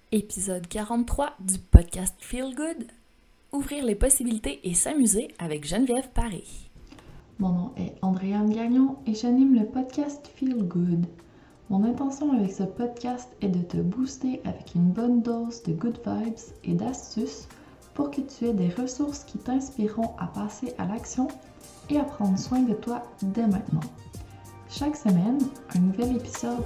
Épisode 43 du podcast Feel Good. Ouvrir les possibilités et s'amuser avec Geneviève Paré. Mon nom est Andréane Gagnon et j'anime le podcast Feel Good. Mon intention avec ce podcast est de te booster avec une bonne dose de good vibes et d'astuces pour que tu aies des ressources qui t'inspireront à passer à l'action et à prendre soin de toi dès maintenant. Chaque semaine, un nouvel épisode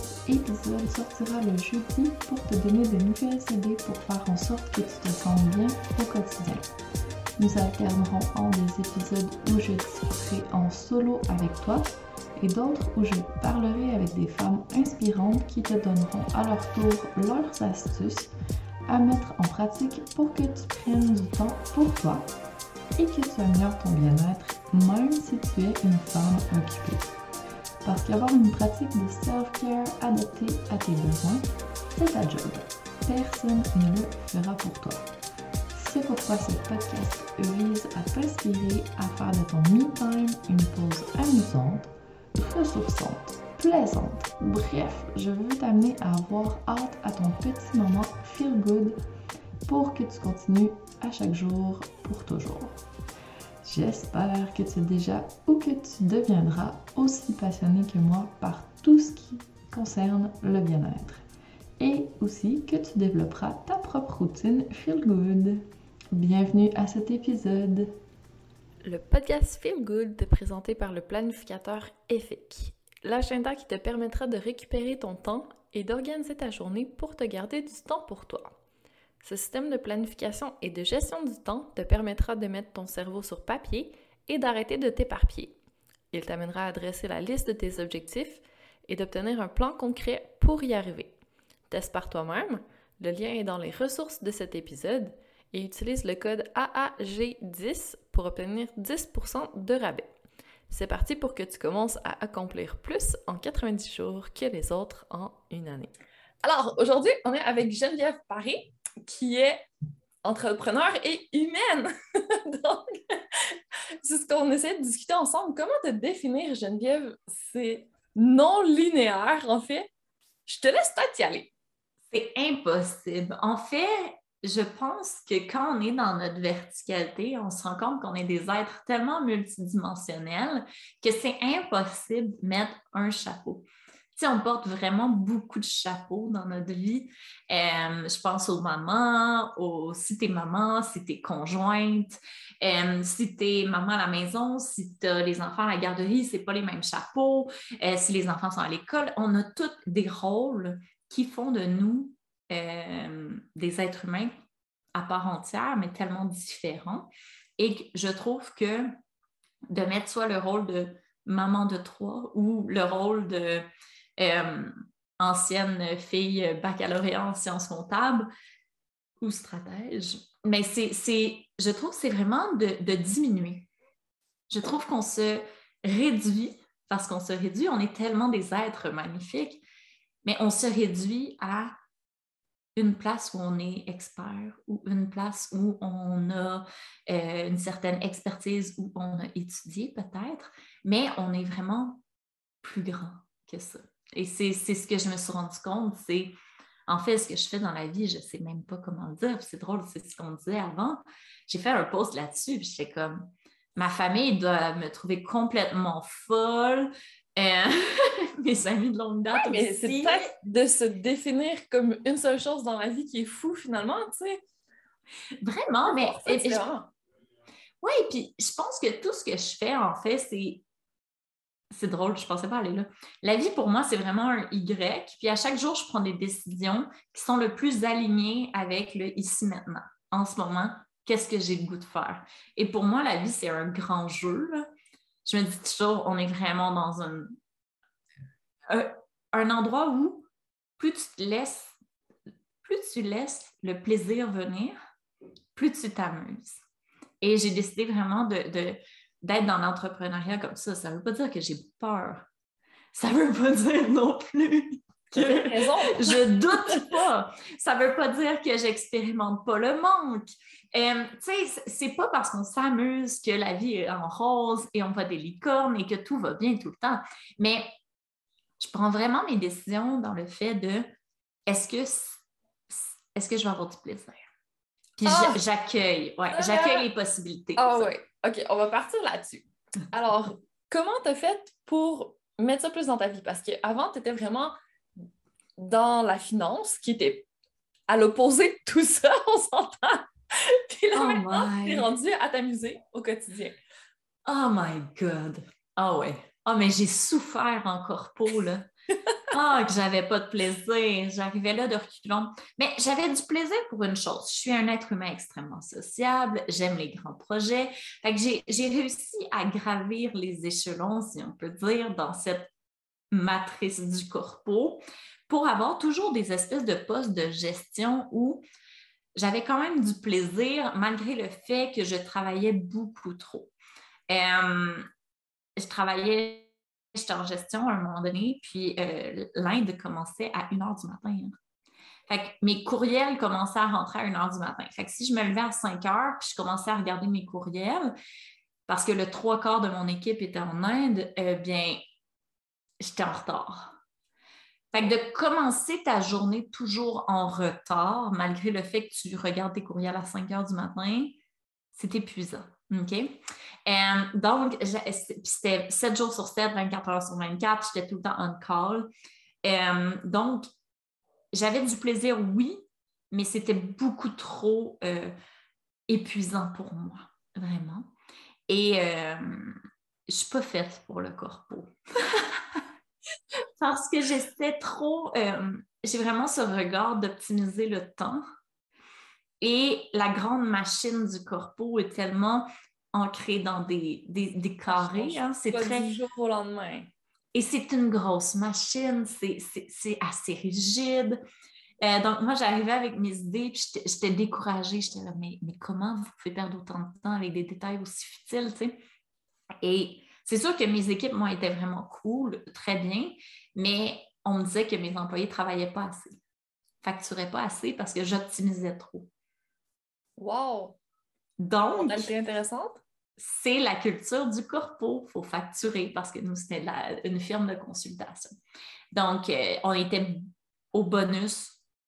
sortira le jeudi pour te donner de nouvelles idées pour faire en sorte que tu te sentes bien au quotidien. Nous alternerons en des épisodes où je discuterai en solo avec toi et d'autres où je parlerai avec des femmes inspirantes qui te donneront à leur tour leurs astuces à mettre en pratique pour que tu prennes du temps pour toi et que tu améliores ton bien-être même si tu es une femme occupée. Parce qu'avoir une pratique de self-care adaptée à tes besoins, c'est ta job. Personne ne le fera pour toi. C'est pourquoi ce podcast vise à t'inspirer à faire de ton me-time une pause amusante, ressourçante, plaisante. Bref, je veux t'amener à avoir hâte à ton petit moment feel good pour que tu continues à chaque jour pour toujours. J'espère que tu es déjà ou que tu deviendras aussi passionné que moi par tout ce qui concerne le bien-être. Et aussi que tu développeras ta propre routine Feel Good. Bienvenue à cet épisode. Le podcast Feel Good est présenté par le planificateur EFIC, l'agenda qui te permettra de récupérer ton temps et d'organiser ta journée pour te garder du temps pour toi. Ce système de planification et de gestion du temps te permettra de mettre ton cerveau sur papier et d'arrêter de t'éparpiller. Il t'amènera à dresser la liste de tes objectifs et d'obtenir un plan concret pour y arriver. Teste par toi-même, le lien est dans les ressources de cet épisode et utilise le code AAG10 pour obtenir 10% de rabais. C'est parti pour que tu commences à accomplir plus en 90 jours que les autres en une année. Alors, aujourd'hui, on est avec Geneviève Paré, qui est entrepreneur et humaine. Donc, c'est ce qu'on essaie de discuter ensemble. Comment te définir, Geneviève? C'est non linéaire, en fait. Je te laisse peut-être y aller. C'est impossible. En fait, je pense que quand on est dans notre verticalité, on se rend compte qu'on est des êtres tellement multidimensionnels que c'est impossible de mettre un chapeau. Tu sais, on porte vraiment beaucoup de chapeaux dans notre vie. Je pense aux mamans, si t'es maman, si t'es conjointe, si t'es maman à la maison, si t'as les enfants à la garderie, c'est pas les mêmes chapeaux. Si les enfants sont à l'école, on a tous des rôles qui font de nous des êtres humains à part entière, mais tellement différents. Et je trouve que de mettre soit le rôle de maman de trois ou le rôle de ancienne fille baccalauréat en sciences comptables ou stratège, mais je trouve que c'est vraiment de diminuer. Je trouve qu'on se réduit, parce qu'on se réduit, on est tellement des êtres magnifiques, mais on se réduit à une place où on est expert ou une place où on a une certaine expertise, où on a étudié peut-être, mais on est vraiment plus grand que ça. Et c'est ce que je me suis rendu compte, c'est en fait ce que je fais dans la vie, je ne sais même pas comment le dire, c'est drôle, c'est ce qu'on disait avant. J'ai fait un post là-dessus, puis j'étais comme, ma famille doit me trouver complètement folle, mes amis de longue date mais aussi. c'est peut-être de se définir comme une seule chose dans la vie qui est fou finalement, tu sais. Vraiment, mais... Oui, puis je pense que tout ce que je fais, en fait, c'est drôle, je ne pensais pas aller là. La vie, pour moi, c'est vraiment un Y. Puis à chaque jour, je prends des décisions qui sont le plus alignées avec le ici-maintenant. En ce moment, qu'est-ce que j'ai le goût de faire? Et pour moi, la vie, c'est un grand jeu, là. Je me dis toujours, on est vraiment dans un endroit où plus tu laisses le plaisir venir, plus tu t'amuses. Et j'ai décidé vraiment d'être dans l'entrepreneuriat comme ça. Ça ne veut pas dire que j'ai peur. Ça ne veut pas dire non plus que je doute pas. Ça ne veut pas dire que j'expérimente pas le manque. Tu sais, c'est pas parce qu'on s'amuse que la vie est en rose et on voit des licornes et que tout va bien tout le temps. Mais je prends vraiment mes décisions dans le fait de est-ce que est-ce que je vais avoir du plaisir? Puis j'accueille les possibilités. Ah oui, OK, on va partir là-dessus. Alors, comment t'as fait pour mettre ça plus dans ta vie? Parce qu'avant, tu étais vraiment dans la finance, qui était à l'opposé de tout ça, on s'entend. Puis là, maintenant, t'es rendu à t'amuser au quotidien. Oh my God! Ah ouais. Ah, mais j'ai souffert en corpo, là. Ah, que j'avais pas de plaisir. J'arrivais là de reculons. Mais j'avais du plaisir pour une chose. Je suis un être humain extrêmement sociable. J'aime les grands projets. Fait que j'ai réussi à gravir les échelons, si on peut dire, dans cette matrice du corpo pour avoir toujours des espèces de postes de gestion où j'avais quand même du plaisir malgré le fait que je travaillais beaucoup trop. J'étais en gestion à un moment donné, puis l'Inde commençait à 1h du matin. Hein. Fait que mes courriels commençaient à rentrer à 1h du matin. Fait que si je me levais à 5h, puis je commençais à regarder mes courriels, parce que le 3/4 de mon équipe était en Inde, bien, j'étais en retard. Fait que de commencer ta journée toujours en retard, malgré le fait que tu regardes tes courriels à 5h du matin, c'est épuisant. OK? Donc, c'était 7 jours sur 7, 24 heures sur 24, j'étais tout le temps on call. Donc, j'avais du plaisir, oui, mais c'était beaucoup trop épuisant pour moi, vraiment. Et je ne suis pas faite pour le corpo. Parce que j'essaie trop, j'ai vraiment ce regard d'optimiser le temps. Et la grande machine du corpo est tellement ancrée dans des carrés. Hein. C'est pas très... du jour au lendemain. Et c'est une grosse machine, c'est assez rigide. Donc, moi, j'arrivais avec mes idées, puis j'étais découragée. J'étais là, mais comment vous pouvez perdre autant de temps avec des détails aussi futiles, tu sais? Et c'est sûr que mes équipes, moi, étaient vraiment cool, très bien, mais on me disait que mes employés ne travaillaient pas assez, facturaient pas assez parce que j'optimisais trop. Wow! Donc, Modalité intéressante. C'est la culture du corpo. Il faut facturer parce que nous, c'était une firme de consultation. Donc, on était au bonus,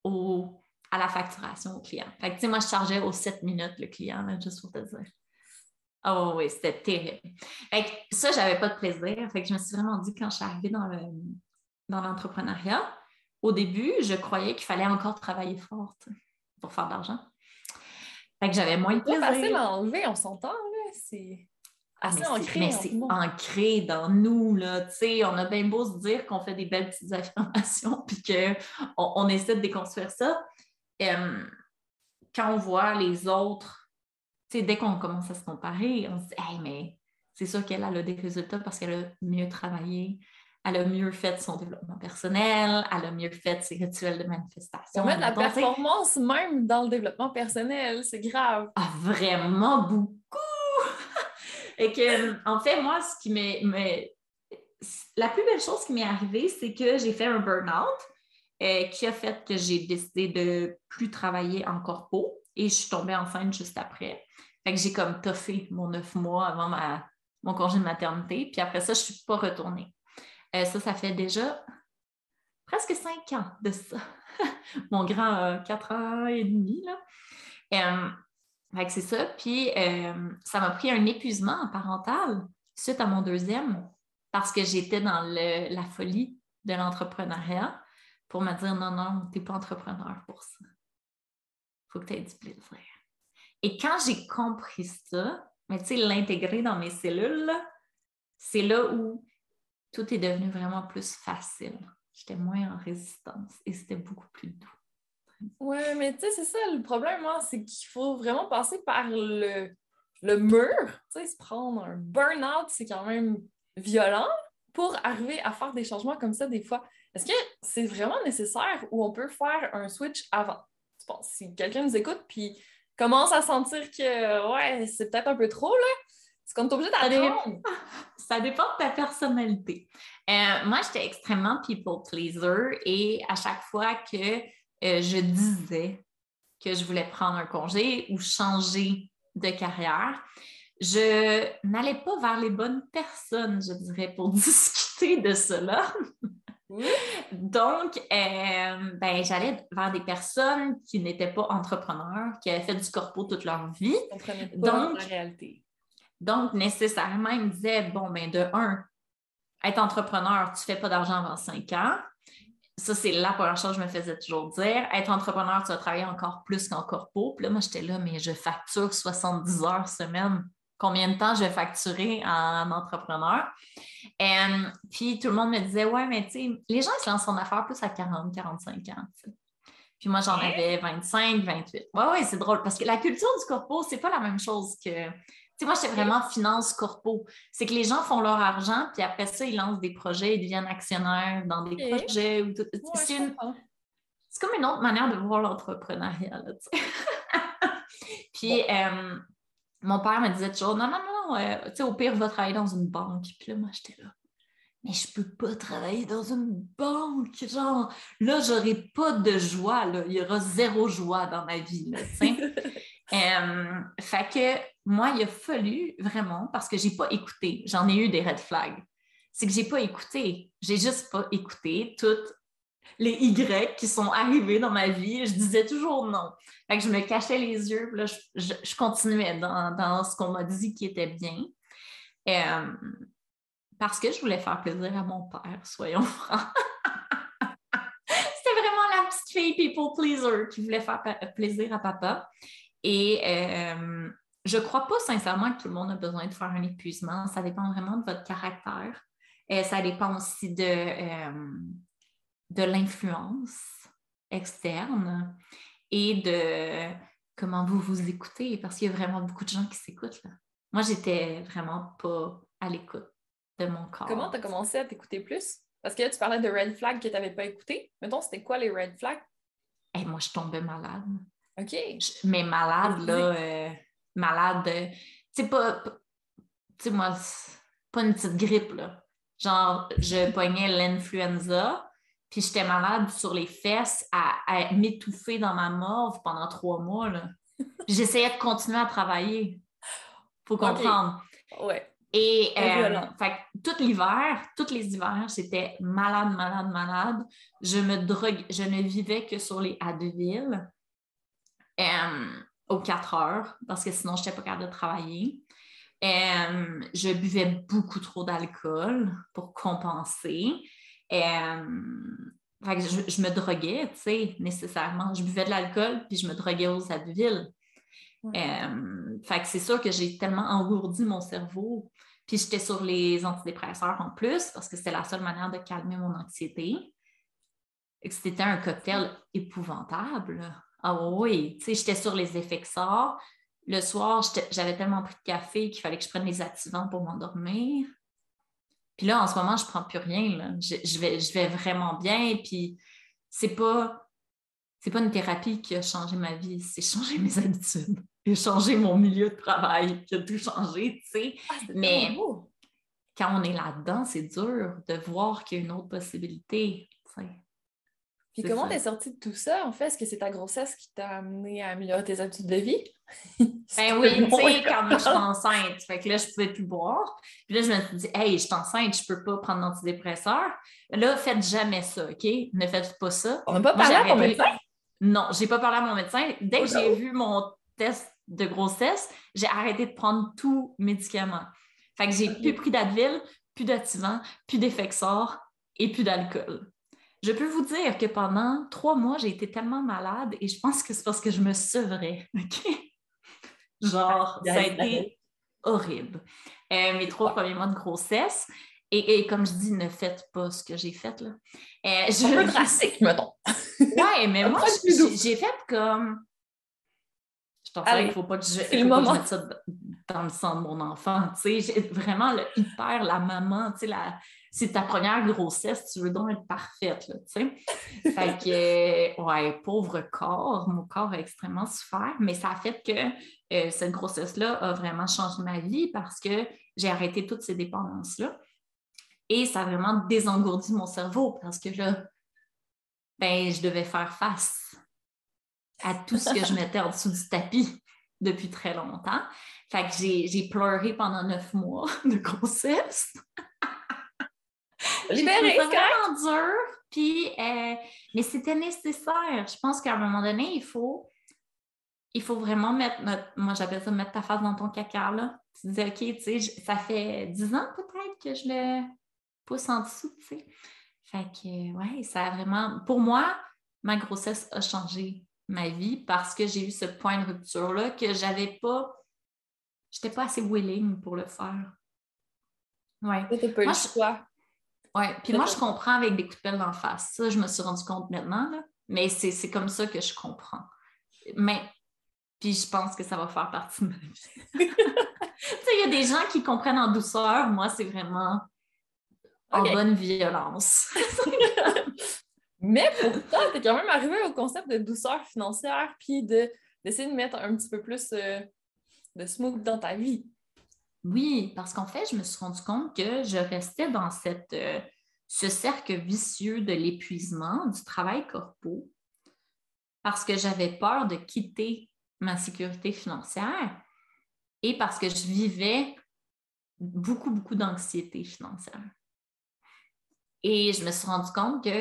à la facturation au client. Fait que, tu sais, moi, je chargeais aux 7 minutes le client, là, juste pour te dire. Oh oui, c'était terrible. Fait que ça, j'avais pas de plaisir. Fait que je me suis vraiment dit, quand je suis arrivée dans l'entrepreneuriat, au début, je croyais qu'il fallait encore travailler fort pour faire de l'argent. Fait que j'avais moins de plaisir. C'est pas facile à enlever, on s'entend, là. C'est assez ancré. Mais c'est ancré dans nous, là. Tu sais, on a bien beau se dire qu'on fait des belles petites affirmations puis qu'on essaie de déconstruire ça. Quand on voit les autres, tu sais, dès qu'on commence à se comparer, on se dit, hey, mais c'est sûr qu'elle a des résultats parce qu'elle a mieux travaillé, elle a mieux fait son développement personnel, elle a mieux fait ses rituels de manifestation. On met de la performance même dans le développement personnel, c'est grave. Ah, vraiment beaucoup! Et que, en fait, moi, la plus belle chose qui m'est arrivée, c'est que j'ai fait un burn-out qui a fait que j'ai décidé de ne plus travailler en corpo et je suis tombée enceinte juste après. Fait que j'ai comme toffé mon 9 mois avant mon congé de maternité. Puis après ça, je ne suis pas retournée. Ça fait déjà presque 5 ans de ça. Mon grand a 4 ans et demi, là. Fait que c'est ça. Puis, ça m'a pris un épuisement parental suite à mon deuxième parce que j'étais dans la folie de l'entrepreneuriat pour me dire non, tu n'es pas entrepreneur pour ça. Il faut que tu aies du plaisir. Et quand j'ai compris ça, mais tu sais, l'intégrer dans mes cellules, c'est là où tout est devenu vraiment plus facile. J'étais moins en résistance et c'était beaucoup plus doux. Oui, mais tu sais, c'est ça le problème, hein, c'est qu'il faut vraiment passer par le mur. Tu sais, se prendre un burn-out, c'est quand même violent pour arriver à faire des changements comme ça des fois. Est-ce que c'est vraiment nécessaire ou on peut faire un switch avant? Tu penses, si quelqu'un nous écoute puis commence à sentir que, ouais, c'est peut-être un peu trop, là, c'est qu'on est obligé d'attendre. Ça dépend de ta personnalité. Moi, j'étais extrêmement people pleaser et à chaque fois que je disais que je voulais prendre un congé ou changer de carrière, je n'allais pas vers les bonnes personnes, je dirais, pour discuter de cela. Donc, j'allais vers des personnes qui n'étaient pas entrepreneurs, qui avaient fait du corpo toute leur vie. Ils comprenaient pas la réalité. Donc, nécessairement, ils me disaient, de un, être entrepreneur, tu ne fais pas d'argent avant 5 ans. Ça, c'est la première chose que je me faisais toujours dire. Être entrepreneur, tu vas travailler encore plus qu'en corpo. Puis là, moi, j'étais là, mais je facture 70 heures semaine. Combien de temps je vais facturer en entrepreneur? Puis tout le monde me disait, ouais, mais tu sais, les gens se lancent en affaires plus à 40, 45 ans. T'sais. Puis moi, j'en avais 25, 28. Ouais, c'est drôle parce que la culture du corpo, c'est pas la même chose que. Tu sais, moi, j'étais vraiment finance corpo. C'est que les gens font leur argent, puis après ça, ils lancent des projets, ils deviennent actionnaires dans des projets. Ou tout. C'est comme une autre manière de voir l'entrepreneuriat. Là, puis, mon père me disait toujours, non, tu sais, au pire, va travailler dans une banque. Puis là, moi, j'étais là, mais je peux pas travailler dans une banque. Genre, là, j'aurai pas de joie. Là. Il y aura zéro joie dans ma vie. Là, fait que moi, il a fallu vraiment, parce que j'ai pas écouté, j'en ai eu des red flags, c'est que j'ai pas écouté. J'ai juste pas écouté toutes les Y qui sont arrivés dans ma vie. Je disais toujours non. Fait que je me cachais les yeux, puis là, je continuais dans ce qu'on m'a dit qui était bien. Parce que je voulais faire plaisir à mon père, soyons francs. C'était vraiment la petite fille people pleaser qui voulait faire plaisir à papa. Et je ne crois pas sincèrement que tout le monde a besoin de faire un épuisement. Ça dépend vraiment de votre caractère. Ça dépend aussi de l'influence externe et de comment vous vous écoutez, parce qu'il y a vraiment beaucoup de gens qui s'écoutent. Là. Moi, j'étais vraiment pas à l'écoute de mon corps. Comment tu as commencé à t'écouter plus? Parce que là, tu parlais de red flags que tu n'avais pas écouté. Mettons, c'était quoi les red flags? Moi, je tombais malade. OK. Mais malade, là, malade, tu sais, moi, pas une petite grippe, là. Genre, je pognais l'influenza, puis j'étais malade sur les fesses à m'étouffer dans ma morve pendant 3 mois, là. Puis j'essayais de continuer à travailler. Faut comprendre. Okay. Ouais. Et fait que tous les hivers, j'étais malade. Je ne vivais que sur les Advil aux 4 heures, parce que sinon, je n'étais pas capable de travailler. Je buvais beaucoup trop d'alcool pour compenser. Fait que je me droguais, tu sais, nécessairement. Je buvais de l'alcool, puis je me droguais aux Advil. Fait que c'est sûr que j'ai tellement engourdi mon cerveau. Puis j'étais sur les antidépresseurs en plus, parce que c'était la seule manière de calmer mon anxiété. Et que c'était un cocktail épouvantable. Ah oui, tu sais, j'étais sur les Effexor. Le soir, j'avais tellement pris de café qu'il fallait que je prenne les activants pour m'endormir. Puis là, en ce moment, je ne prends plus rien. Là. Je vais vraiment bien. Puis c'est pas une thérapie qui a changé ma vie, c'est changer mes habitudes. Et changer mon milieu de travail, qui a tout changé, tu sais. Mais quand on est là-dedans, c'est dur de voir qu'il y a une autre possibilité, tu sais. Puis comment t'es sortie de tout ça, en fait? Est-ce que c'est ta grossesse qui t'a amené à améliorer tes habitudes de vie? Ben oui, tu sais, quand je suis enceinte, fait que là, je ne pouvais plus boire. Puis là, je me suis dit, hey, je suis enceinte, je ne peux pas prendre d'antidépresseur. Là, faites jamais ça, OK? Ne faites pas ça. On n'a pas parlé à ton médecin? Non, je n'ai pas parlé à mon médecin. Dès que j'ai vu mon test de grossesse, j'ai arrêté de prendre tout médicament. Fait que j'ai plus pris d'Advil, plus d'Ativan, plus d'Effexor et plus d'alcool. Je peux vous dire que pendant 3 mois, j'ai été tellement malade et je pense que c'est parce que je me sevrais. OK? Genre, ça a été horrible. Mes 3 premiers mois de grossesse. Et comme je dis, ne faites pas ce que j'ai fait. Là. Un peu drastique, mettons. Ouais, mais moi, j'ai fait comme... Je pense qu'il ne faut pas que je mette ça dans le sang de mon enfant. Tu sais, j'ai vraiment la maman, tu sais, c'est ta première grossesse, tu veux donc être parfaite, là, tu sais. Fait que, ouais, pauvre corps, mon corps a extrêmement souffert, mais ça a fait que cette grossesse-là a vraiment changé ma vie parce que j'ai arrêté toutes ces dépendances-là. Et ça a vraiment désengourdi mon cerveau parce que là, ben, je devais faire face à tout ce que je mettais en dessous du tapis depuis très longtemps. Fait que j'ai pleuré pendant 9 mois de grossesse. J'ai trouvé Libéré, ça c'est correct. vraiment dur, puis, mais c'était nécessaire. Je pense qu'à un moment donné, il faut vraiment mettre moi j'appelle ça mettre ta face dans ton caca, là. Tu te dis, OK, tu sais, ça fait 10 ans peut-être que je le pousse en dessous, tu sais. Fait que, ouais, ça a vraiment, pour moi, ma grossesse a changé ma vie parce que j'ai eu ce point de rupture-là que j'étais pas assez willing pour le faire. Ouais. Là, t'as pas eu Moi, le choix. ouais. Puis moi, je comprends avec des coups de pelle d'en face. Ça, je me suis rendu compte maintenant, là. Mais c'est comme ça que je comprends. Mais, puis je pense que ça va faire partie de ma vie. Tu sais, il y a des gens qui comprennent en douceur. Moi, c'est vraiment en OK. bonne violence. Mais pourtant, t'es quand même arrivé au concept de douceur financière puis d'essayer de mettre un petit peu plus de smooth dans ta vie. Oui, parce qu'en fait, je me suis rendu compte que je restais dans ce cercle vicieux de l'épuisement, du travail corpo, parce que j'avais peur de quitter ma sécurité financière et parce que je vivais beaucoup, beaucoup d'anxiété financière. Et je me suis rendu compte que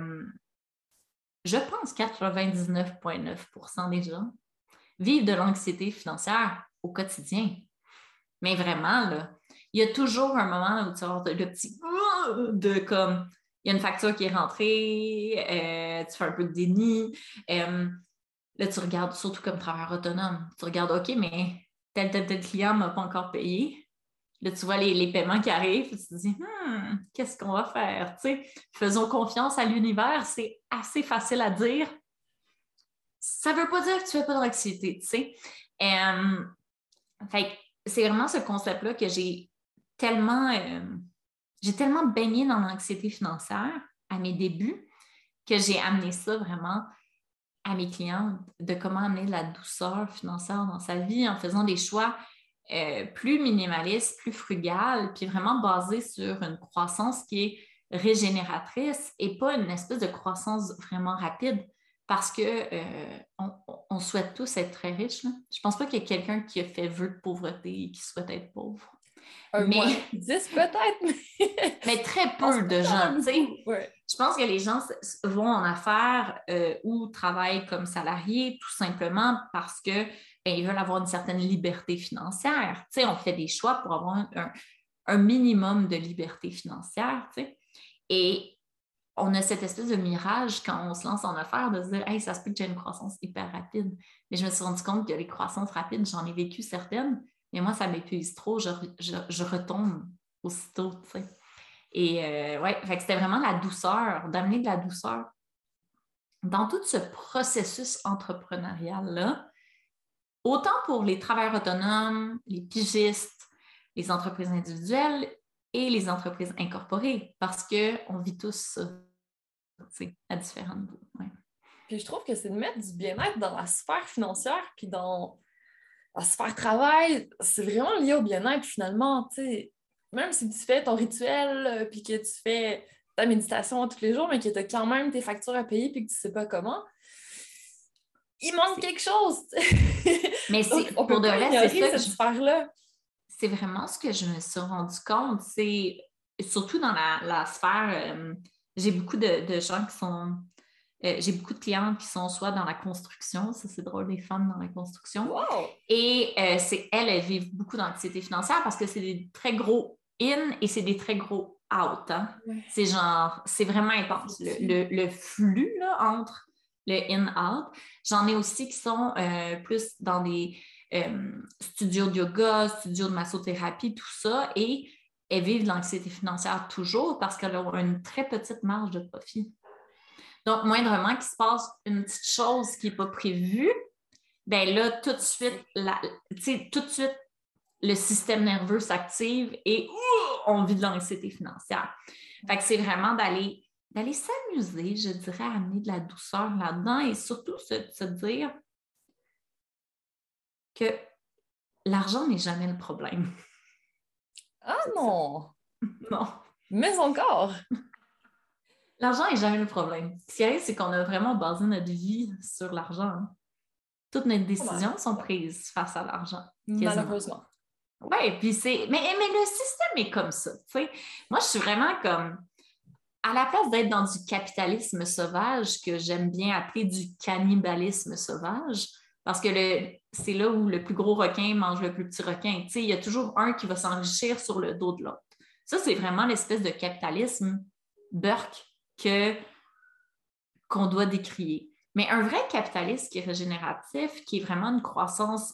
je pense 99,9% des gens vivent de l'anxiété financière au quotidien. Mais vraiment, là, il y a toujours un moment où tu as le petit de comme, il y a une facture qui est rentrée, tu fais un peu de déni. Là, tu regardes, surtout comme travailleur autonome, tu regardes, OK, mais tel client ne m'a pas encore payé. Là, tu vois les paiements qui arrivent, tu te dis, qu'est-ce qu'on va faire? Tu sais, faisons confiance à l'univers, c'est assez facile à dire. Ça ne veut pas dire que tu ne fais pas d'anxiété, tu sais. Fait c'est vraiment ce concept-là que j'ai tellement baigné dans l'anxiété financière à mes débuts que j'ai amené ça vraiment à mes clientes, de comment amener de la douceur financière dans sa vie en faisant des choix plus minimalistes, plus frugales, puis vraiment basés sur une croissance qui est régénératrice et pas une espèce de croissance vraiment rapide parce que on souhaite tous être très riches. Là. Je pense pas qu'il y ait quelqu'un qui a fait vœu de pauvreté et qui souhaite être pauvre. Moi, Mais 10 peut-être, mais très je pense peu pas de qu'il y en a gens, tu sais. beaucoup. Ouais. Je pense que les gens vont en affaires ou travaillent comme salariés tout simplement parce que ils veulent avoir une certaine liberté financière. Tu sais, on fait des choix pour avoir un minimum de liberté financière, tu sais. Et on a cette espèce de mirage quand on se lance en affaires de se dire « Hey, ça se peut que j'ai une croissance hyper rapide. » Mais je me suis rendu compte que les croissances rapides, j'en ai vécu certaines, mais moi, ça m'épuise trop. Je retombe aussitôt, tu sais. Et ouais, fait que c'était vraiment la douceur, d'amener de la douceur dans tout ce processus entrepreneurial-là, autant pour les travailleurs autonomes, les pigistes, les entreprises individuelles et les entreprises incorporées, parce qu'on vit tous ça, à différents niveaux. Ouais. Puis je trouve que c'est de mettre du bien-être dans la sphère financière puis dans la sphère travail. C'est vraiment lié au bien-être finalement. T'sais. Même si tu fais ton rituel puis que tu fais ta méditation tous les jours, mais que tu as quand même tes factures à payer puis que tu ne sais pas comment, il manque quelque chose. Mais Donc, on pour peut de pas vrai, ignorer c'est ça cette sphère-là. c'est vraiment ce que je me suis rendu compte. C'est surtout dans la sphère, j'ai beaucoup de gens qui sont j'ai beaucoup de clientes qui sont soit dans la construction, ça c'est drôle, les femmes dans la construction. Wow! Et elles vivent beaucoup d'anxiété financière parce que c'est des très gros in et c'est des très gros out. Hein? Ouais. C'est vraiment intense. Le flux là, entre le in-out. J'en ai aussi qui sont plus dans des studios de yoga, studios de massothérapie, tout ça. Et elles vivent de l'anxiété financière toujours parce qu'elles ont une très petite marge de profit. Donc, moindrement qu'il se passe une petite chose qui n'est pas prévue, bien là, tout de suite, le système nerveux s'active et on vit de l'anxiété financière. Fait que c'est vraiment d'aller s'amuser, je dirais, à amener de la douceur là-dedans et surtout se dire que l'argent n'est jamais le problème. Ah non! Non. Mais encore! L'argent n'est jamais le problème. Ce qui arrive, c'est qu'on a vraiment basé notre vie sur l'argent. Hein. Toutes nos décisions sont prises face à l'argent. Malheureusement. Oui, puis mais le système est comme ça. T'sais. Moi, je suis vraiment comme à la place d'être dans du capitalisme sauvage, que j'aime bien appeler du cannibalisme sauvage, parce que c'est là où le plus gros requin mange le plus petit requin. Tu sais, il y a toujours un qui va s'enrichir sur le dos de l'autre. Ça, c'est vraiment l'espèce de capitalisme burk qu'on doit décrier. Mais un vrai capitalisme qui est régénératif, qui est vraiment une croissance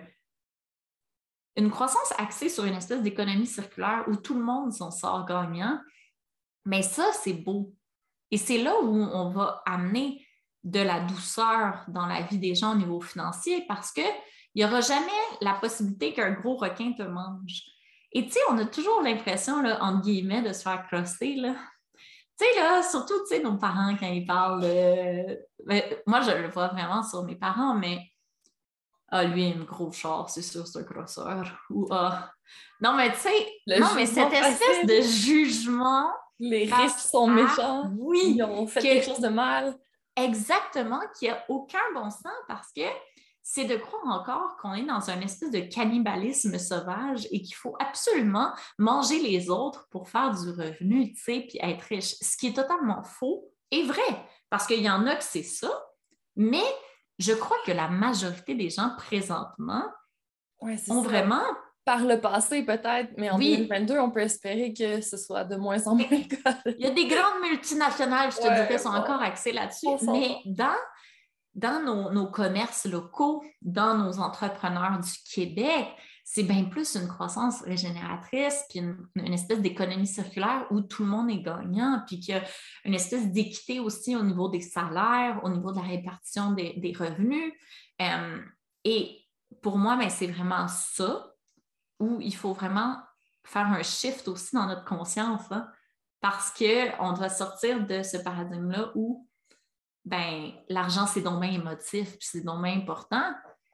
axée sur une espèce d'économie circulaire où tout le monde s'en sort gagnant, mais ça, c'est beau. Et c'est là où on va amener de la douceur dans la vie des gens au niveau financier parce qu'il n'y aura jamais la possibilité qu'un gros requin te mange. Et tu sais, on a toujours l'impression, là, entre guillemets, de se faire crosser, là. Tu sais, là, surtout, tu sais, nos parents, quand ils parlent moi, je le vois vraiment sur mes parents, mais lui, il a un gros char, c'est sûr, c'est un crosseur. Ou non, mais tu sais, mais cette espèce de jugement. Les riches sont méchants. Oui. Ils ont fait quelque chose de mal. Exactement, qui n'a aucun bon sens parce que c'est de croire encore qu'on est dans un espèce de cannibalisme sauvage et qu'il faut absolument manger les autres pour faire du revenu, tu sais, puis être riche. Ce qui est totalement faux et vrai, parce qu'il y en a que c'est ça, mais je crois que la majorité des gens présentement ont vraiment... Par le passé, peut-être, mais en 2022, on peut espérer que ce soit de moins en moins le cas. Il y a des grandes multinationales, je te dirais, sont encore axées là-dessus, mais dans nos commerces locaux, dans nos entrepreneurs du Québec, c'est bien plus une croissance régénératrice, puis une espèce d'économie circulaire où tout le monde est gagnant, puis qu'il y a une espèce d'équité aussi au niveau des salaires, au niveau de la répartition des revenus. Et pour moi, c'est vraiment ça où il faut vraiment faire un shift aussi dans notre conscience, hein, parce qu'on doit sortir de ce paradigme-là où l'argent, c'est donc bien émotif, puis c'est donc bien important.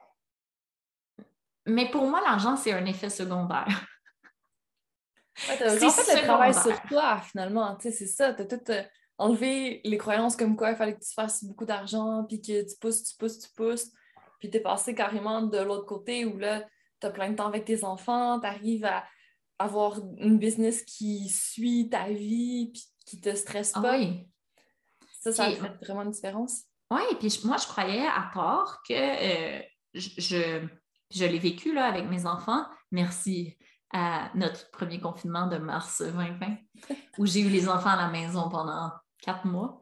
Mais pour moi, l'argent, c'est un effet secondaire. Ouais, en fait, le travail sur toi, finalement, c'est ça. Tu as tout enlevé les croyances comme quoi il fallait que tu fasses beaucoup d'argent, puis que tu pousses, puis tu es passé carrément de l'autre côté où là, tu as plein de temps avec tes enfants, tu arrives à avoir une business qui suit ta vie, puis qui te stresse pas. Oui. Ça fait vraiment une différence. Oui, puis moi, je croyais à tort que je l'ai vécu là, avec mes enfants. Merci à notre premier confinement de mars 2020, où j'ai eu les enfants à la maison pendant 4 mois.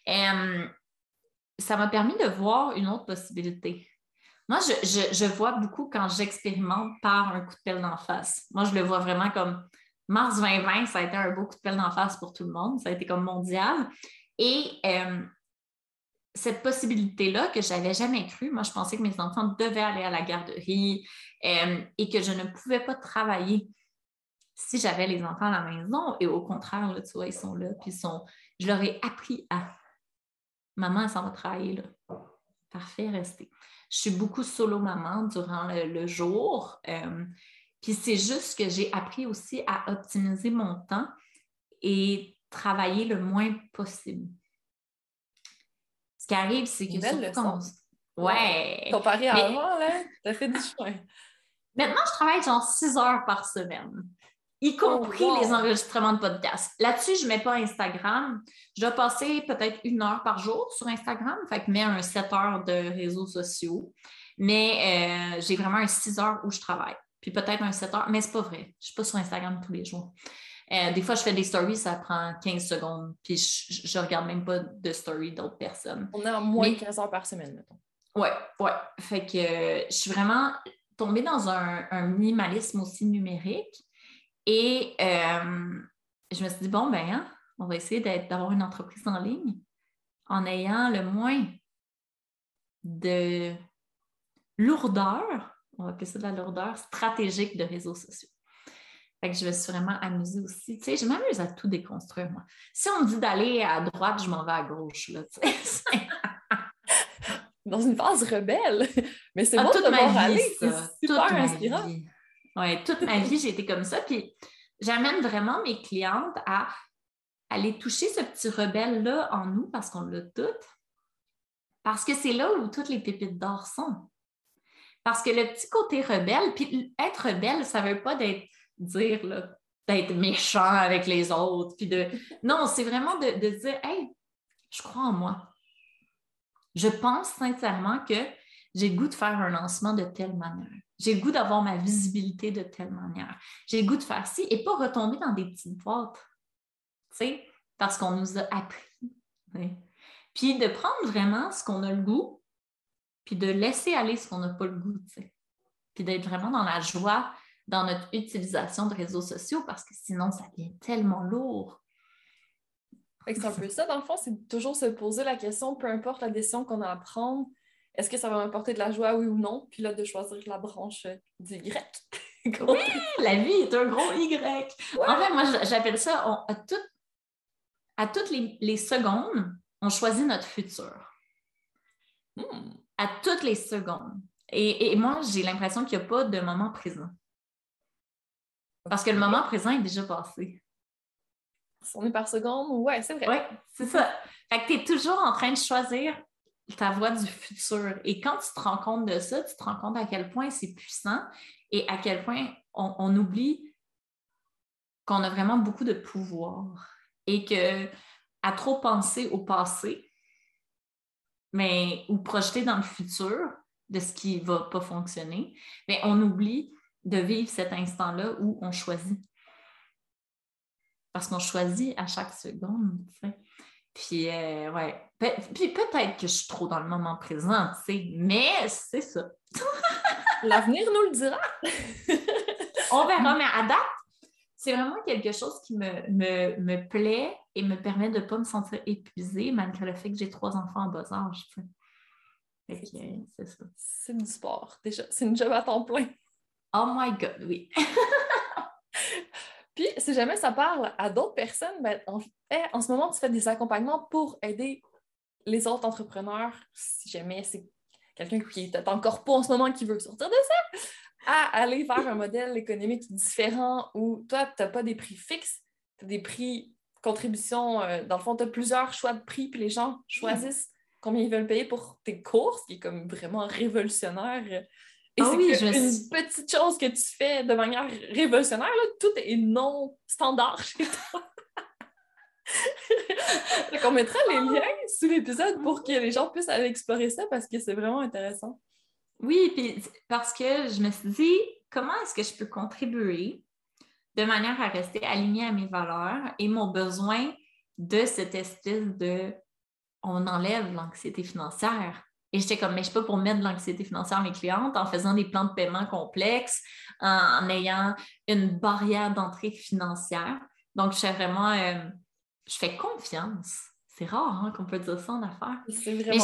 Ça m'a permis de voir une autre possibilité. Moi, je vois beaucoup quand j'expérimente par un coup de pelle d'en face. Moi, je le vois vraiment comme mars 2020, ça a été un beau coup de pelle d'en face pour tout le monde. Ça a été comme mondial. Et cette possibilité-là que je n'avais jamais cru, moi, je pensais que mes enfants devaient aller à la garderie et que je ne pouvais pas travailler si j'avais les enfants à la maison. Et au contraire, là, tu vois, ils sont là, puis je leur ai appris à. Maman, elle s'en va travailler, là. Parfait, restez. Je suis beaucoup solo maman durant le jour. Puis c'est juste que j'ai appris aussi à optimiser mon temps et travailler le moins possible. Ce qui arrive, c'est que surtout quand ouais. Comparé à avant, là, t'as fait du chemin. Maintenant, je travaille genre 6 heures par semaine, y compris les enregistrements de podcasts. Là-dessus, je ne mets pas Instagram. Je dois passer peut-être 1 heure par jour sur Instagram, fait que je mets un 7 heures de réseaux sociaux. Mais j'ai vraiment un 6 heures où je travaille. Puis peut-être un 7 heures, mais c'est pas vrai. Je ne suis pas sur Instagram tous les jours. Des fois, je fais des stories, ça prend 15 secondes, puis je ne regarde même pas de stories d'autres personnes. On est à moins de 15 heures par semaine, mettons. Ouais. Fait que je suis vraiment tombée dans un minimalisme aussi numérique. Et je me suis dit, bon, on va essayer d'avoir une entreprise en ligne en ayant le moins de lourdeur, on va appeler ça de la lourdeur stratégique de réseaux sociaux. Fait que je me suis vraiment amusée aussi. Tu sais, je m'amuse à tout déconstruire, moi. Si on me dit d'aller à droite, je m'en vais à gauche, là, tu sais. Dans une phase rebelle. Mais c'est bon de voir aller, c'est super inspirant. Oui, toute ma vie, j'ai été comme ça. Puis j'amène vraiment mes clientes à aller toucher ce petit rebelle-là en nous, parce qu'on l'a toutes. Parce que c'est là où toutes les pépites d'or sont. Parce que le petit côté rebelle, puis être rebelle, ça ne veut pas dire là, d'être méchant avec les autres. Puis non, c'est vraiment de dire, hey, je crois en moi. Je pense sincèrement que j'ai le goût de faire un lancement de telle manière. J'ai le goût d'avoir ma visibilité de telle manière. J'ai le goût de faire ci et pas retomber dans des petites boîtes. Tu sais, parce qu'on nous a appris. Oui. Puis de prendre vraiment ce qu'on a le goût, puis de laisser aller ce qu'on n'a pas le goût, tu sais. Puis d'être vraiment dans la joie dans notre utilisation de réseaux sociaux parce que sinon, ça devient tellement lourd. C'est un peu ça, dans le fond, c'est toujours se poser la question, peu importe la décision qu'on a à prendre, est-ce que ça va m'apporter de la joie, oui ou non? Puis là, de choisir la branche du Y. Oui, la vie est un gros Y. Ouais. En fait, moi, j'appelle ça, à toutes les secondes, on choisit notre futur. À toutes les secondes. Et moi, j'ai l'impression qu'il n'y a pas de moment présent. Parce que le moment présent est déjà passé. Si on est par seconde, ouais, c'est vrai. Oui, c'est ça. Fait que tu es toujours en train de choisir ta voie du futur. Et quand tu te rends compte de ça, tu te rends compte à quel point c'est puissant et à quel point on oublie qu'on a vraiment beaucoup de pouvoir et qu'à trop penser au passé, ou projeter dans le futur de ce qui ne va pas fonctionner, mais on oublie de vivre cet instant-là où on choisit. Parce qu'on choisit à chaque seconde, tu sais. Puis, ouais. Puis peut-être que je suis trop dans le moment présent, tu sais, mais c'est ça. L'avenir nous le dira. On verra, mais à date, c'est vraiment quelque chose qui me plaît et me permet de ne pas me sentir épuisée, malgré le fait que j'ai 3 enfants en bas âge, tu sais. Fait que, c'est ça. C'est du sport, déjà. C'est une job à temps plein. Oh my God, oui. Puis, si jamais ça parle à d'autres personnes, ben, en ce moment, tu fais des accompagnements pour aider les autres entrepreneurs, si jamais c'est quelqu'un qui est encore pas en ce moment qui veut sortir de ça, à aller vers un modèle économique différent où toi, tu n'as pas des prix fixes, tu as des prix contribution. Dans le fond, tu as plusieurs choix de prix, puis les gens choisissent combien ils veulent payer pour tes courses, qui est comme vraiment révolutionnaire. Et c'est une petite chose que tu fais de manière révolutionnaire, là, tout est non standard chez toi. Donc, on mettra les liens sous l'épisode pour que les gens puissent aller explorer ça parce que c'est vraiment intéressant. Oui, puis parce que je me suis dit, comment est-ce que je peux contribuer de manière à rester alignée à mes valeurs et mon besoin de cette espèce de... On enlève l'anxiété financière. Et j'étais comme, mais je ne suis pas pour mettre de l'anxiété financière à mes clientes en faisant des plans de paiement complexes, en ayant une barrière d'entrée financière. Donc, je fais confiance. C'est rare qu'on peut dire ça en affaires. Mais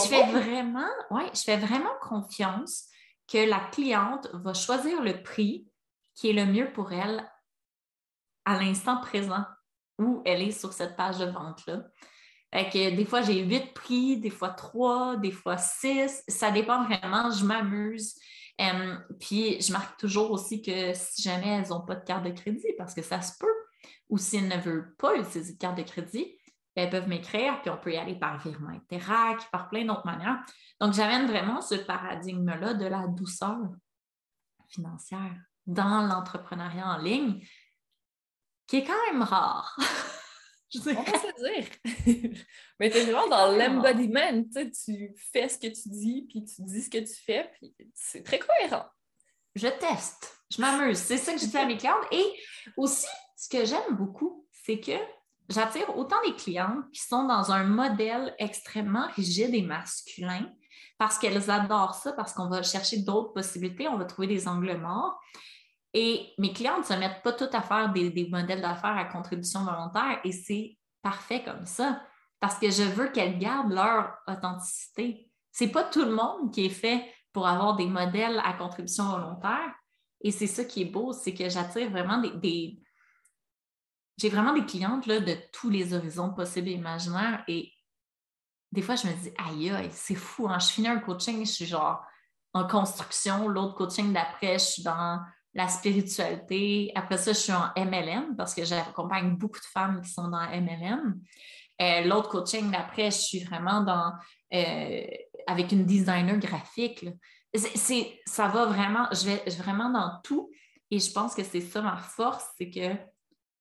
je fais vraiment confiance que la cliente va choisir le prix qui est le mieux pour elle à l'instant présent où elle est sur cette page de vente-là. Fait que des fois, j'ai 8 prix, des fois 3, des fois 6. Ça dépend vraiment, je m'amuse. Puis, je marque toujours aussi que si jamais elles n'ont pas de carte de crédit, parce que ça se peut, ou si elles ne veulent pas utiliser de carte de crédit, elles peuvent m'écrire, puis on peut y aller par virement Interac, par plein d'autres manières. Donc, j'amène vraiment ce paradigme-là de la douceur financière dans l'entrepreneuriat en ligne, qui est quand même rare. On va se le dire. Mais tu es vraiment dans l'embodiment. Tu fais ce que tu dis, puis tu dis ce que tu fais, puis c'est très cohérent. Je teste, je m'amuse. C'est ça que je dis à mes clientes. Et aussi, ce que j'aime beaucoup, c'est que j'attire autant des clientes qui sont dans un modèle extrêmement rigide et masculin parce qu'elles adorent ça, parce qu'on va chercher d'autres possibilités, on va trouver des angles morts. Et mes clientes ne se mettent pas toutes à faire des modèles d'affaires à contribution volontaire et c'est parfait comme ça parce que je veux qu'elles gardent leur authenticité. Ce n'est pas tout le monde qui est fait pour avoir des modèles à contribution volontaire et c'est ça qui est beau, c'est que j'attire vraiment j'ai vraiment des clientes là, de tous les horizons possibles et imaginaires et des fois, je me dis, aïe, c'est fou, hein? Je finis un coaching, je suis genre en construction, l'autre coaching d'après, je suis dans la spiritualité. Après ça, je suis en MLM parce que j'accompagne beaucoup de femmes qui sont dans MLM. L'autre coaching d'après, je suis vraiment avec une designer graphique. Ça va vraiment, je vais vraiment dans tout et je pense que c'est ça ma force, c'est que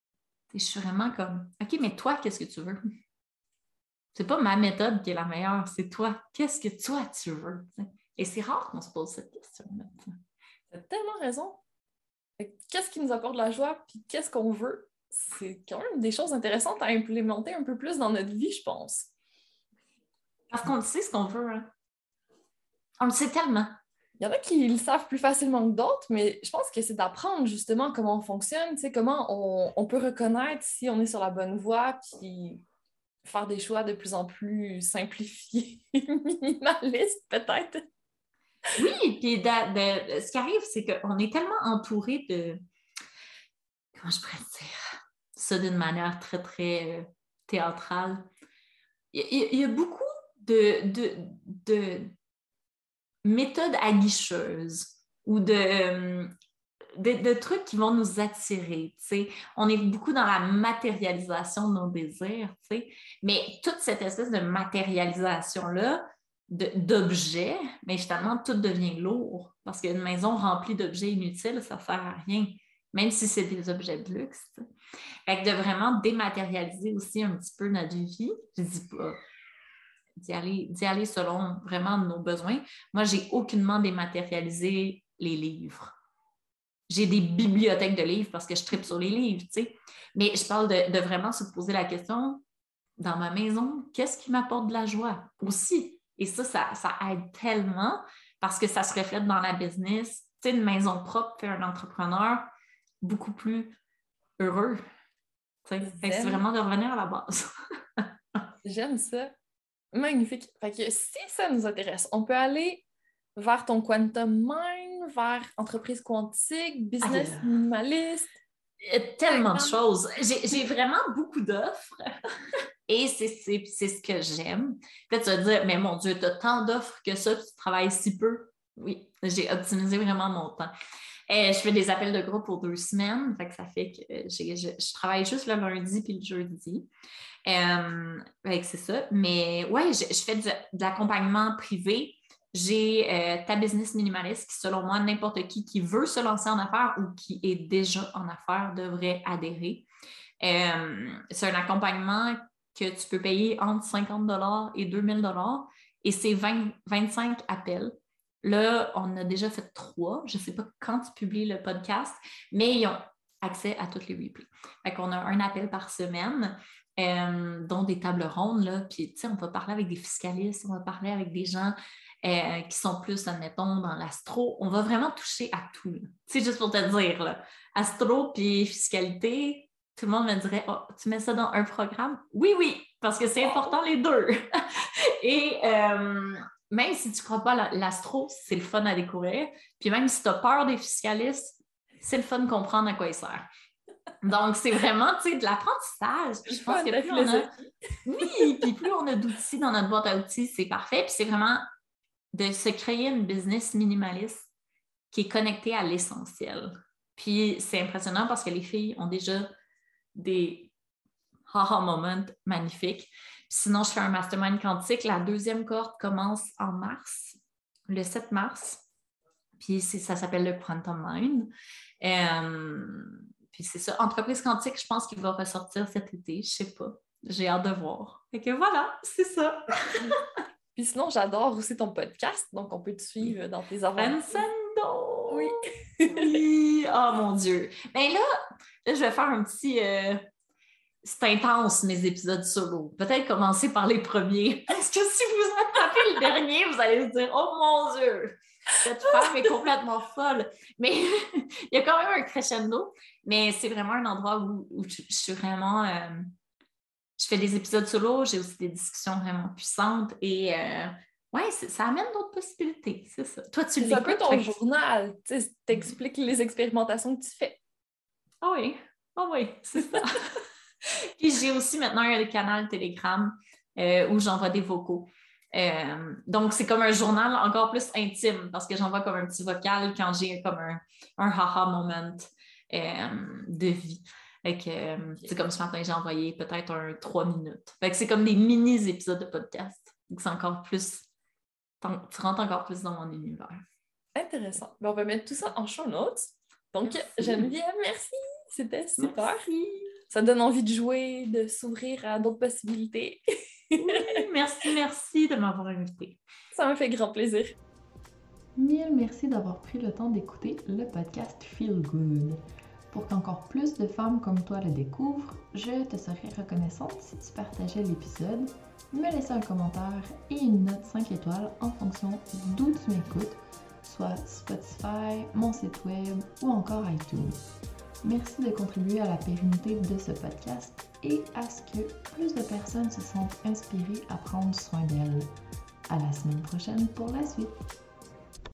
Je suis vraiment comme, OK, mais toi, qu'est-ce que tu veux? C'est pas ma méthode qui est la meilleure, c'est toi. Qu'est-ce que toi, tu veux? Et c'est rare qu'on se pose cette question-là. Tu as tellement raison. Qu'est-ce qui nous apporte la joie, puis qu'est-ce qu'on veut? C'est quand même des choses intéressantes à implémenter un peu plus dans notre vie, je pense. Parce qu'on sait ce qu'on veut. Hein? On le sait tellement. Il y en a qui le savent plus facilement que d'autres, mais je pense que c'est d'apprendre justement comment on fonctionne, comment on peut reconnaître si on est sur la bonne voie, puis faire des choix de plus en plus simplifiés, minimalistes peut-être. Oui, puis ce qui arrive, c'est qu'on est tellement entouré de... Comment je pourrais dire ça d'une manière très, très théâtrale. Il y a beaucoup de méthodes aguicheuses ou de trucs qui vont nous attirer. T'sais. On est beaucoup dans la matérialisation de nos désirs, t'sais. Mais toute cette espèce de matérialisation-là, d'objets, mais finalement, tout devient lourd parce qu'une maison remplie d'objets inutiles, ça ne sert à rien, même si c'est des objets de luxe. T'sais. Fait que de vraiment dématérialiser aussi un petit peu notre vie, je ne dis pas d'y aller selon vraiment nos besoins. Moi, j'ai aucunement dématérialisé les livres. J'ai des bibliothèques de livres parce que je tripe sur les livres, tu sais. Mais je parle de vraiment se poser la question, dans ma maison, qu'est-ce qui m'apporte de la joie aussi? Et ça aide tellement parce que ça se reflète dans la business. Tu sais, une maison propre fait un entrepreneur beaucoup plus heureux. Tu sais. C'est vraiment de revenir à la base. J'aime ça. Magnifique. Fait que si ça nous intéresse, on peut aller vers ton quantum mind, vers entreprise quantique, business minimaliste. Il y a tellement de choses. J'ai vraiment beaucoup d'offres et c'est ce que j'aime. Peut-être tu vas dire, mais mon Dieu, tu as tant d'offres que ça, tu travailles si peu. Oui, j'ai optimisé vraiment mon temps. Je fais des appels de groupe pour 2 semaines, fait que ça fait que je travaille juste le lundi puis le jeudi. C'est ça. Mais ouais, je fais de l'accompagnement privé. J'ai ta business minimaliste qui, selon moi, n'importe qui veut se lancer en affaires ou qui est déjà en affaires devrait adhérer. C'est un accompagnement que tu peux payer entre 50 $ et 2000 $ et c'est 25 appels. Là, on a déjà fait 3. Je ne sais pas quand tu publies le podcast, mais ils ont accès à toutes les replays. Fait qu'on a un appel par semaine. Dont des tables rondes, là, puis on va parler avec des fiscalistes, on va parler avec des gens qui sont plus, admettons, dans l'astro. On va vraiment toucher à tout. C'est juste pour te dire, là, astro puis fiscalité, tout le monde me dirait, oh, tu mets ça dans un programme? Oui, parce que c'est important les deux. Et même si tu ne crois pas l'astro, c'est le fun à découvrir. Puis même si tu as peur des fiscalistes, c'est le fun de comprendre à quoi ils servent. Donc, c'est vraiment, de l'apprentissage. Je pense que plus on a... Oui, puis plus on a d'outils dans notre boîte à outils, c'est parfait. Puis c'est vraiment de se créer une business minimaliste qui est connectée à l'essentiel. Puis c'est impressionnant parce que les filles ont déjà des ha-ha moments magnifiques. Puis sinon, je fais un mastermind quantique. La 2e cohorte commence en mars, le 7 mars. Puis ça s'appelle le Quantum Mind. Puis c'est ça, Entreprise quantique, je pense qu'il va ressortir cet été, je sais pas. J'ai hâte de voir. Fait que voilà, c'est ça. Puis sinon, j'adore aussi ton podcast, donc on peut te suivre dans tes aventures. Pensando! Oui. Oui! Oh mon Dieu! Mais là, je vais faire un petit... C'est intense, mes épisodes solo. Peut-être commencer par les premiers. Parce que si vous attrapez le dernier, vous allez se dire « Oh mon Dieu! » Cette femme est complètement folle. Mais il y a quand même un crescendo. Mais c'est vraiment un endroit où je suis vraiment... je fais des épisodes solo, j'ai aussi des discussions vraiment puissantes. Et ouais, ça amène d'autres possibilités, c'est ça. Toi, tu l'écoutes. C'est un peu ton journal. Tu t'expliques les expérimentations que tu fais. Ah oui, c'est ça. Puis j'ai aussi maintenant un canal Telegram où j'envoie des vocaux. Donc, c'est comme un journal encore plus intime parce que j'envoie comme un petit vocal quand j'ai comme un ha-ha moment de vie. C'est comme ce matin, j'ai envoyé peut-être un 3 minutes. Fait que c'est comme des mini-épisodes de podcast. Donc, c'est encore plus... Tu rentres encore plus dans mon univers. Intéressant. On va mettre tout ça en show notes. Donc, Geneviève, merci. C'était super. Merci. Ça donne envie de jouer, de s'ouvrir à d'autres possibilités. Oui, merci de m'avoir invitée. Ça me fait grand plaisir. Mille merci d'avoir pris le temps d'écouter le podcast Feel Good. Pour qu'encore plus de femmes comme toi le découvrent, je te serais reconnaissante si tu partageais l'épisode, me laissais un commentaire et une note 5 étoiles en fonction d'où tu m'écoutes, soit Spotify, mon site web ou encore iTunes. Merci de contribuer à la pérennité de ce podcast et à ce que plus de personnes se sentent inspirées à prendre soin d'elles. À la semaine prochaine pour la suite!